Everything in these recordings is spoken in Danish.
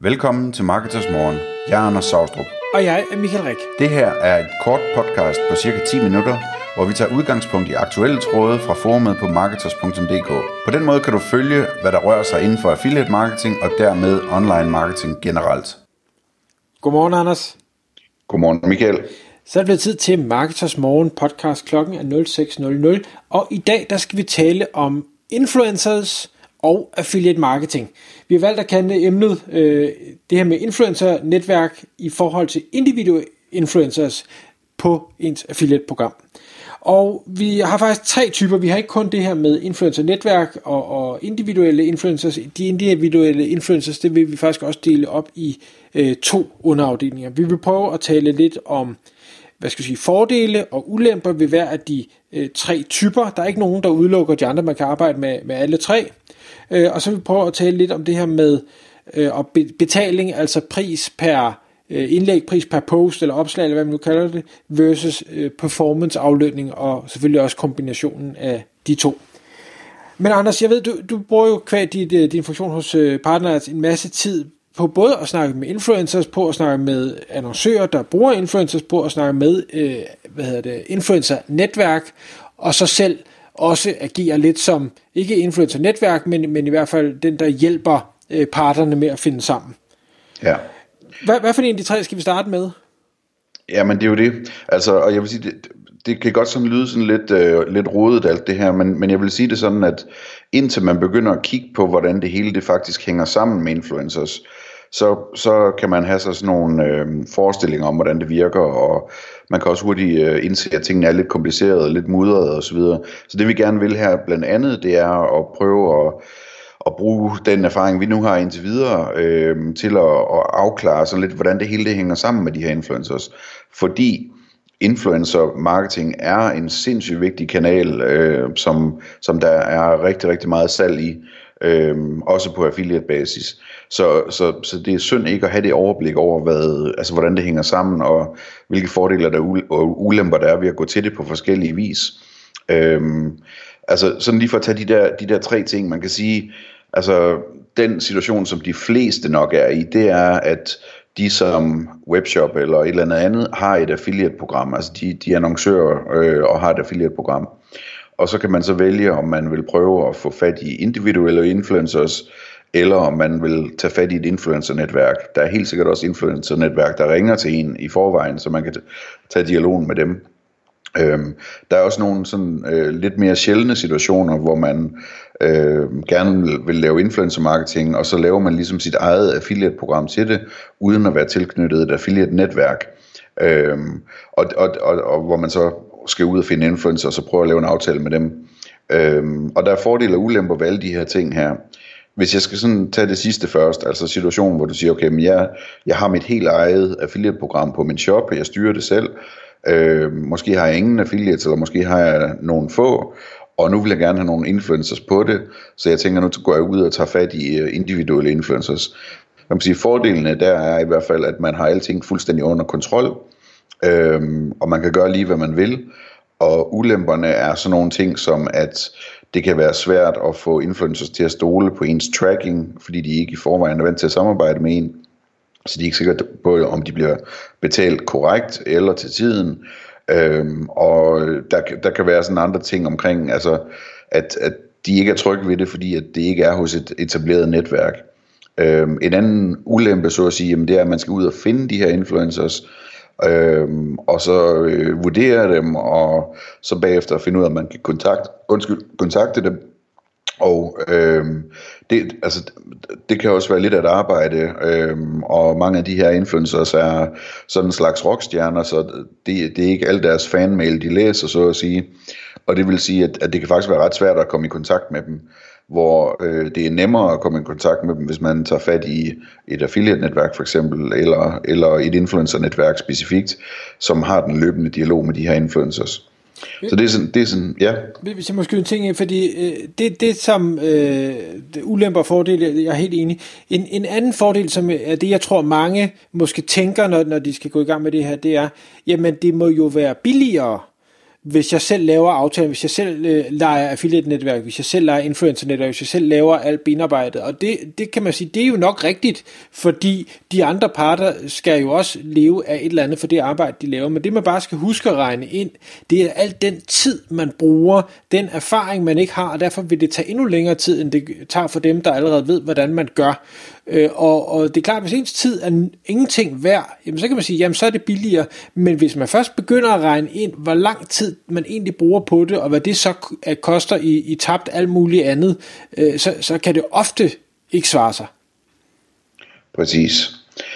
Velkommen til Marketers Morgen. Jeg er Anders Saustrup. Og jeg er Michael Rik. Det her er et kort podcast på cirka 10 minutter, hvor vi tager udgangspunkt i aktuelle tråde fra forumet på marketers.dk. På den måde kan du følge, hvad der rører sig inden for affiliate marketing og dermed online marketing generelt. Godmorgen, Anders. Godmorgen, Michael. Så er det blevet tid til Marketers Morgen podcast. Klokken er 06:00, og i dag der skal vi tale om influencers og affiliate marketing. Vi har valgt at kalde emnet det her med influencer-netværk i forhold til individuelle influencers på ens affiliate-program. Og vi har faktisk 3 typer. Vi har ikke kun det her med influencer-netværk og individuelle influencers. De individuelle influencers, det vil vi faktisk også dele op i 2 underafdelinger. Vi vil prøve at tale lidt om fordele og ulemper ved hver af de 3 typer. Der er ikke nogen, der udelukker de andre. Man kan arbejde med alle 3. Og så vil vi prøve at tale lidt om det her med betaling, altså pris per indlæg, pris per post eller opslag, eller hvad man nu kalder det, versus performance aflønning, og selvfølgelig også kombinationen af de 2. Men Anders, jeg ved, du bruger jo kvad din funktion hos Partners en masse tid på både at snakke med influencers, på at snakke med annoncører, der bruger influencers, på at snakke med influencer-netværk, og så selv også agerer lidt som, ikke influencer-netværk, men i hvert fald den, der hjælper parterne med at finde sammen. Ja. Hvad for en af de 3 skal vi starte med? Jamen det er jo det. Altså, og jeg vil sige, det kan godt sådan lyde sådan lidt rodet alt det her, men jeg vil sige det sådan, at indtil man begynder at kigge på, hvordan det hele det faktisk hænger sammen med influencers, så kan man have sådan nogle forestillinger om, hvordan det virker, og man kan også hurtigt indse, at tingene er lidt komplicerede, lidt mudrede osv. Så det vi gerne vil her blandt andet, det er at prøve at bruge den erfaring, vi nu har indtil videre, til at afklare sådan lidt, hvordan det hele det hænger sammen med de her influencers. Fordi influencer marketing er en sindssygt vigtig kanal, som der er rigtig, rigtig meget salg i, også på affiliate basis. Så det er synd ikke at have det overblik over, hvordan det hænger sammen, og hvilke fordele der og ulemper der er ved at gå til det på forskellige vis. Altså sådan lige for at tage de der 3 ting, man kan sige, altså den situation, som de fleste nok er i, det er, at de som webshop eller et eller andet har et affiliate-program, altså de annoncører og har et affiliate-program. Og så kan man så vælge, om man vil prøve at få fat i individuelle influencers, eller om man vil tage fat i et influencer-netværk. Der er helt sikkert også influencer-netværk, der ringer til en i forvejen, så man kan tage dialogen med dem. Der er også nogle sådan lidt mere sjældne situationer, hvor man gerne vil lave influencer marketing, og så laver man ligesom sit eget affiliate program til det, uden at være tilknyttet et affiliate netværk, og hvor man så skal ud og finde influencer og så prøve at lave en aftale med dem. Og der er fordele og ulemper ved alle de her ting her. Hvis jeg skal sådan tage det sidste først, altså situationen, hvor du siger, okay, men jeg har mit helt eget affiliate program på min shop, og jeg styrer det selv. Måske har jeg ingen affiliates, eller måske har jeg nogle få, og nu vil jeg gerne have nogle influencers på det, så jeg tænker, nu går jeg ud og tager fat i individuelle influencers. Man kan sige, fordelene der er i hvert fald, at man har alting fuldstændig under kontrol, og man kan gøre lige, hvad man vil, og ulemperne er sådan nogle ting som, at det kan være svært at få influencers til at stole på ens tracking, fordi de ikke i forvejen er vant til at samarbejde med en, så de er ikke sikre på, om de bliver betalt korrekt eller til tiden. Og der kan være sådan andre ting omkring, altså at de ikke er trygge ved det, fordi at det ikke er hos et etableret netværk. En anden ulempe, så at sige, jamen, det er, at man skal ud og finde de her influencers, og så vurdere dem, og så bagefter finde ud af, at man kan kontakte dem. Og det kan også være lidt at arbejde, og mange af de her influencers er sådan en slags rockstjerner, så det er ikke al deres fanmail, de læser, så at sige. Og det vil sige, at det kan faktisk være ret svært at komme i kontakt med dem, hvor det er nemmere at komme i kontakt med dem, hvis man tager fat i et affiliate-netværk for eksempel, eller et influencer-netværk specifikt, som har den løbende dialog med de her influencers. Så det er sådan, ja. Hvis jeg måske en ting, fordi det som ulemper og fordele, jeg er helt enig. En anden fordel, som er det, jeg tror mange måske tænker, når de skal gå i gang med det her, det er, jamen det må jo være billigere hvis jeg selv laver aftalen, hvis jeg selv leger affiliate-netværk, hvis jeg selv leger influencer-netværk, hvis jeg selv laver alt benarbejdet, og det kan man sige, det er jo nok rigtigt, fordi de andre parter skal jo også leve af et eller andet for det arbejde, de laver, men det man bare skal huske at regne ind, det er al den tid, man bruger, den erfaring, man ikke har, og derfor vil det tage endnu længere tid, end det tager for dem, der allerede ved, hvordan man gør. Og det er klart, hvis ens tid er ingenting værd, jamen så kan man sige, jamen så er det billigere, men hvis man først begynder at regne ind, hvor lang tid man egentlig bruger på det, og hvad det så koster i tabt alt muligt andet, så kan det ofte ikke svare sig. Præcis.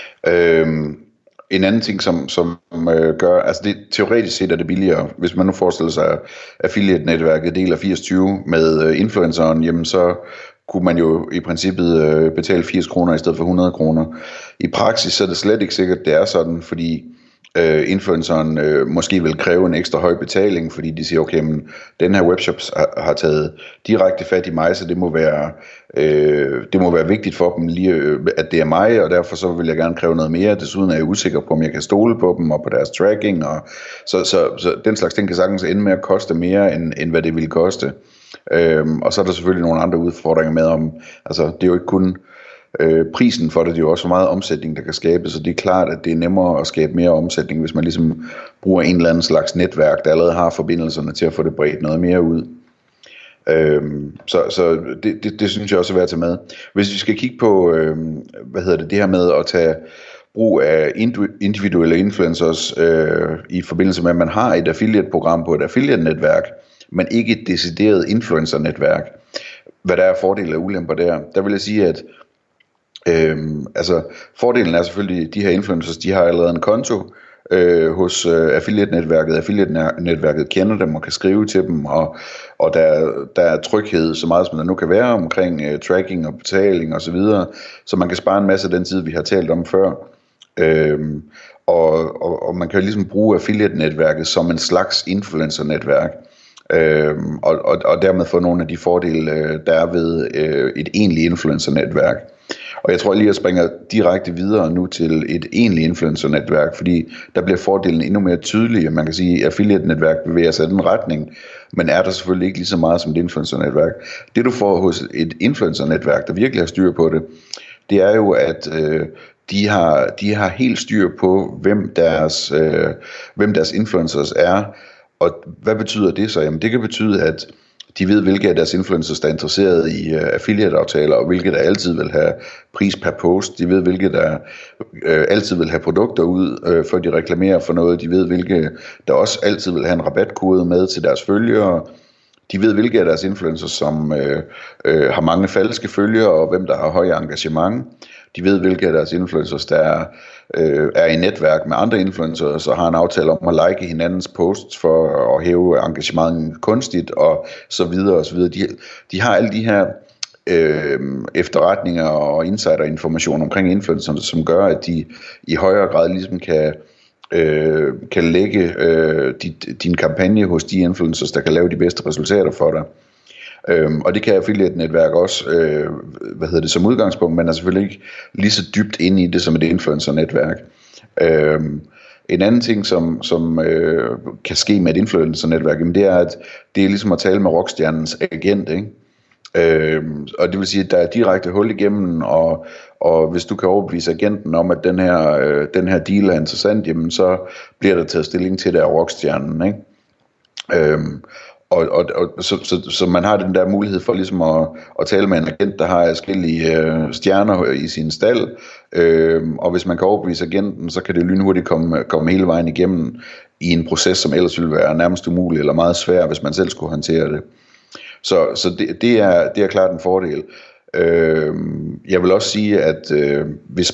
En anden ting, som gør, altså det teoretisk set er det billigere, hvis man nu forestiller sig affiliate-netværket deler 80-20 med influenceren, jamen så kunne man jo i princippet betale 80 kroner i stedet for 100 kroner. I praksis så er det slet ikke sikkert, det er sådan, fordi influenceren måske vil kræve en ekstra høj betaling, fordi de siger, okay, men den her webshop har taget direkte fat i mig, så det må være vigtigt for dem lige, at det er mig, og derfor så vil jeg gerne kræve noget mere. Desuden er jeg usikker på, om jeg kan stole på dem og på deres tracking, og så den slags ting kan sagtens ende med at koste mere, end hvad det ville koste. Og så er der selvfølgelig nogle andre udfordringer med om, altså det er jo ikke kun prisen for det, det er jo også for meget omsætning, der kan skabes, så det er klart, at det er nemmere at skabe mere omsætning, hvis man ligesom bruger en eller anden slags netværk, der allerede har forbindelserne til at få det bredt noget mere ud. Så det synes jeg også er værd at tage med. Hvis vi skal kigge på, det her med at tage brug af individuelle influencers i forbindelse med, at man har et affiliate-program på et affiliate-netværk, men ikke et decideret influencer-netværk. Hvad der er fordele og ulemper der vil jeg sige, at fordelen er selvfølgelig, at de her influencers, de har allerede en konto hos affiliate-netværket. Affiliate-netværket kender dem og kan skrive til dem, og der er tryghed så meget, som der nu kan være omkring tracking og betaling osv., så man kan spare en masse af den tid, vi har talt om før. Og man kan ligesom bruge affiliate-netværket som en slags influencer-netværk. Og dermed få nogle af de fordele, der er ved et egentligt influencer-netværk. Og jeg tror lige, at jeg springer direkte videre nu til et egentligt influencer-netværk, fordi der bliver fordelen endnu mere tydelig. Man kan sige, at affiliate-netværk bevæger sig i den retning, men er der selvfølgelig ikke lige så meget som et influencer-netværk. Det du får hos et influencer-netværk, der virkelig har styr på det, det er jo, at de har helt styr på, hvem deres influencers er. Og hvad betyder det så? Jamen det kan betyde, at de ved, hvilke af deres influencers, der er interesseret i affiliate-aftaler, og hvilke der altid vil have pris per post. De ved, hvilke der altid vil have produkter ud, før de reklamerer for noget. De ved, hvilke der også altid vil have en rabatkode med til deres følgere. De ved, hvilke af deres influencers, som har mange falske følgere, og hvem der har høj engagement. De ved, hvilke af deres influencers, der er i netværk med andre influencers, og har en aftale om at like hinandens posts for at hæve engagementet kunstigt, og så videre og så videre. De har alle de her efterretninger og insider-information omkring influencerne, som gør, at de i højere grad ligesom kan lægge din kampagne hos de influencers, der kan lave de bedste resultater for dig. Og det kan affiliate-netværk også, som udgangspunkt, men er selvfølgelig ikke lige så dybt inde i det som et influencer-netværk. En anden ting, som kan ske med et influencer-netværk, det er, at det er ligesom at tale med rockstjernens agent, ikke? Og det vil sige, at der er direkte hul igennem, og hvis du kan overbevise agenten om, at den her deal er interessant, jamen så bliver der taget stilling til det af rockstjernen, ikke? Så man har den der mulighed for ligesom at tale med en agent, der har forskellige stjerner i sin stald, og hvis man kan overbevise agenten, så kan det lynhurtigt komme hele vejen igennem i en proces, som ellers ville være nærmest umulig eller meget svær, hvis man selv skulle håndtere det. Så det er klart en fordel. Jeg vil også sige, at hvis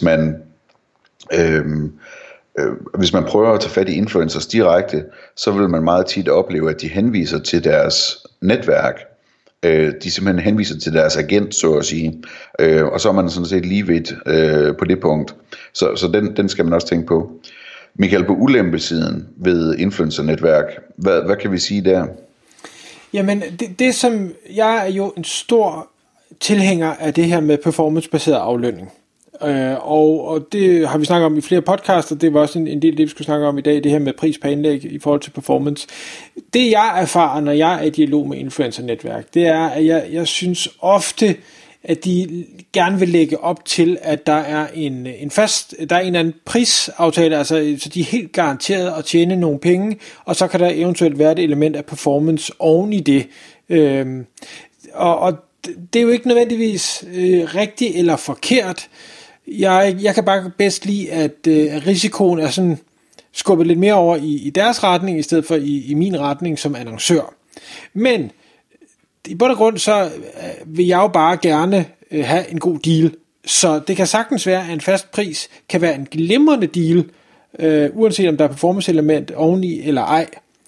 man prøver at tage fat i influencers direkte, så vil man meget tit opleve, at de henviser til deres netværk. De simpelthen henviser til deres agent, så at sige. Og så er man sådan set lige vidt på det punkt. Så den skal man også tænke på. Michael, på ulempesiden ved influencer-netværk, hvad kan vi sige der? Jamen, det som jeg er jo en stor tilhænger af det her med performance-baseret aflønning. Og det har vi snakket om i flere podcaster. Det var også en del af det, vi skulle snakke om i dag, det her med pris per indlæg i forhold til performance. Det jeg erfarer, når jeg er i dialog med influencernetværk, det er, at jeg synes ofte, at de gerne vil lægge op til, at der er en eller anden prisaftale, altså så de er helt garanteret at tjene nogle penge, og så kan der eventuelt være et element af performance oven i det. Og det er jo ikke nødvendigvis rigtigt eller forkert. Jeg kan bare bedst lide, at risikoen er sådan skubbet lidt mere over i deres retning, i stedet for i min retning som annoncør. Men i bund og grund, så vil jeg jo bare gerne have en god deal. Så det kan sagtens være, at en fast pris kan være en glimrende deal, uanset om der er performance element oveni eller ej.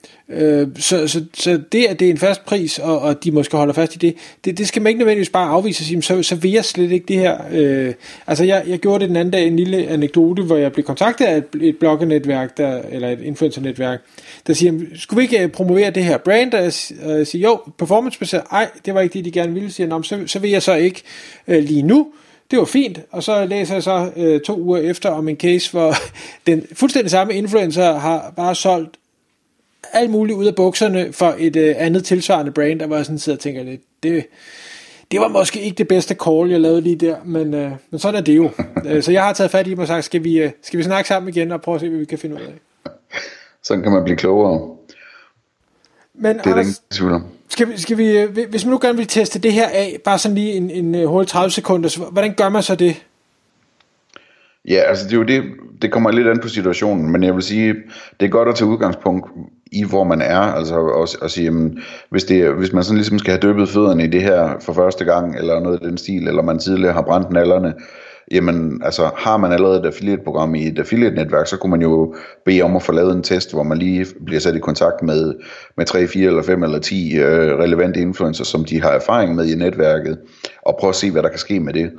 Så det, at det er en fast pris, og de måske holder fast i det skal man ikke nødvendigvis bare afvise og sige, så vil jeg slet ikke det her. Altså jeg gjorde det den anden dag, en lille anekdote, hvor jeg blev kontaktet af et bloggernetværk, eller et influencernetværk, der siger, skulle vi ikke promovere det her brand? Og jeg siger, jo, performancebaseret, ej, det var ikke det, de gerne ville. Siger, så vil jeg så ikke lige nu. Det var fint, og så læser jeg så 2 uger efter om en case, hvor den fuldstændig samme influencer har bare solgt alt muligt ud af bukserne for et andet tilsvarende brand, der var sådan sidder og tænker lidt, det var måske ikke det bedste call, jeg lavede lige der, men sådan er det jo. Så jeg har taget fat i dem og sagt, skal vi snakke sammen igen og prøve at se, hvad vi kan finde ud af. Sådan kan man blive klogere. Men det er Anders, der tvivl om. Skal vi, hvis man nu gerne vil teste det her af, bare sådan lige en hurtig 30 sekunder, så hvordan gør man så det? Ja, altså det er jo det kommer lidt an på situationen, men jeg vil sige, det er godt at tage udgangspunkt i, hvor man er, altså og sige, jamen, hvis man sådan ligesom skal have døbet fødderne i det her for første gang, eller noget af den stil, eller man tidligere har brændt nallerne, jamen altså har man allerede et affiliate-program i et affiliate-netværk, så kunne man jo bede om at få lavet en test, hvor man lige bliver sat i kontakt med 3, 4 eller 5 eller 10 relevante influencer, som de har erfaring med i netværket, og prøve at se, hvad der kan ske med det.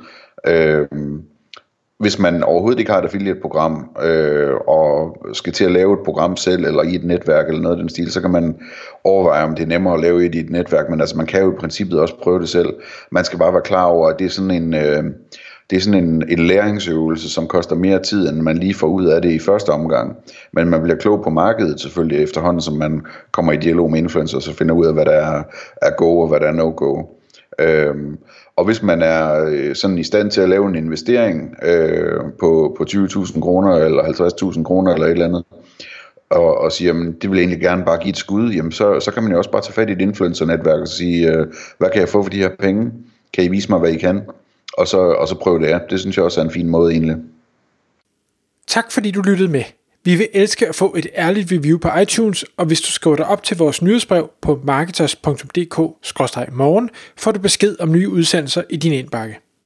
Hvis man overhovedet ikke har et affiliate-program, og skal til at lave et program selv, eller i et netværk, eller noget af den stil, så kan man overveje, om det er nemmere at lave et i et netværk, men altså man kan jo i princippet også prøve det selv. Man skal bare være klar over, at det er sådan en læringsøvelse, som koster mere tid, end man lige får ud af det i første omgang. Men man bliver klog på markedet selvfølgelig efterhånden, som man kommer i dialog med influencers og finder ud af, hvad der er go og hvad der er no-go. Og hvis man er sådan i stand til at lave en investering på 20.000 kroner eller 50.000 kroner eller et eller andet, og sige, jamen det vil jeg egentlig gerne bare give et skud, jamen så kan man jo også bare tage fat i et influencer-netværk og sige, hvad kan jeg få for de her penge? Kan I vise mig, hvad I kan? Og så prøve det af. Det synes jeg også er en fin måde egentlig. Tak fordi du lyttede med. Vi vil elske at få et ærligt review på iTunes, og hvis du skriver dig op til vores nyhedsbrev på marketers.dk/morgen, får du besked om nye udsendelser i din indbakke.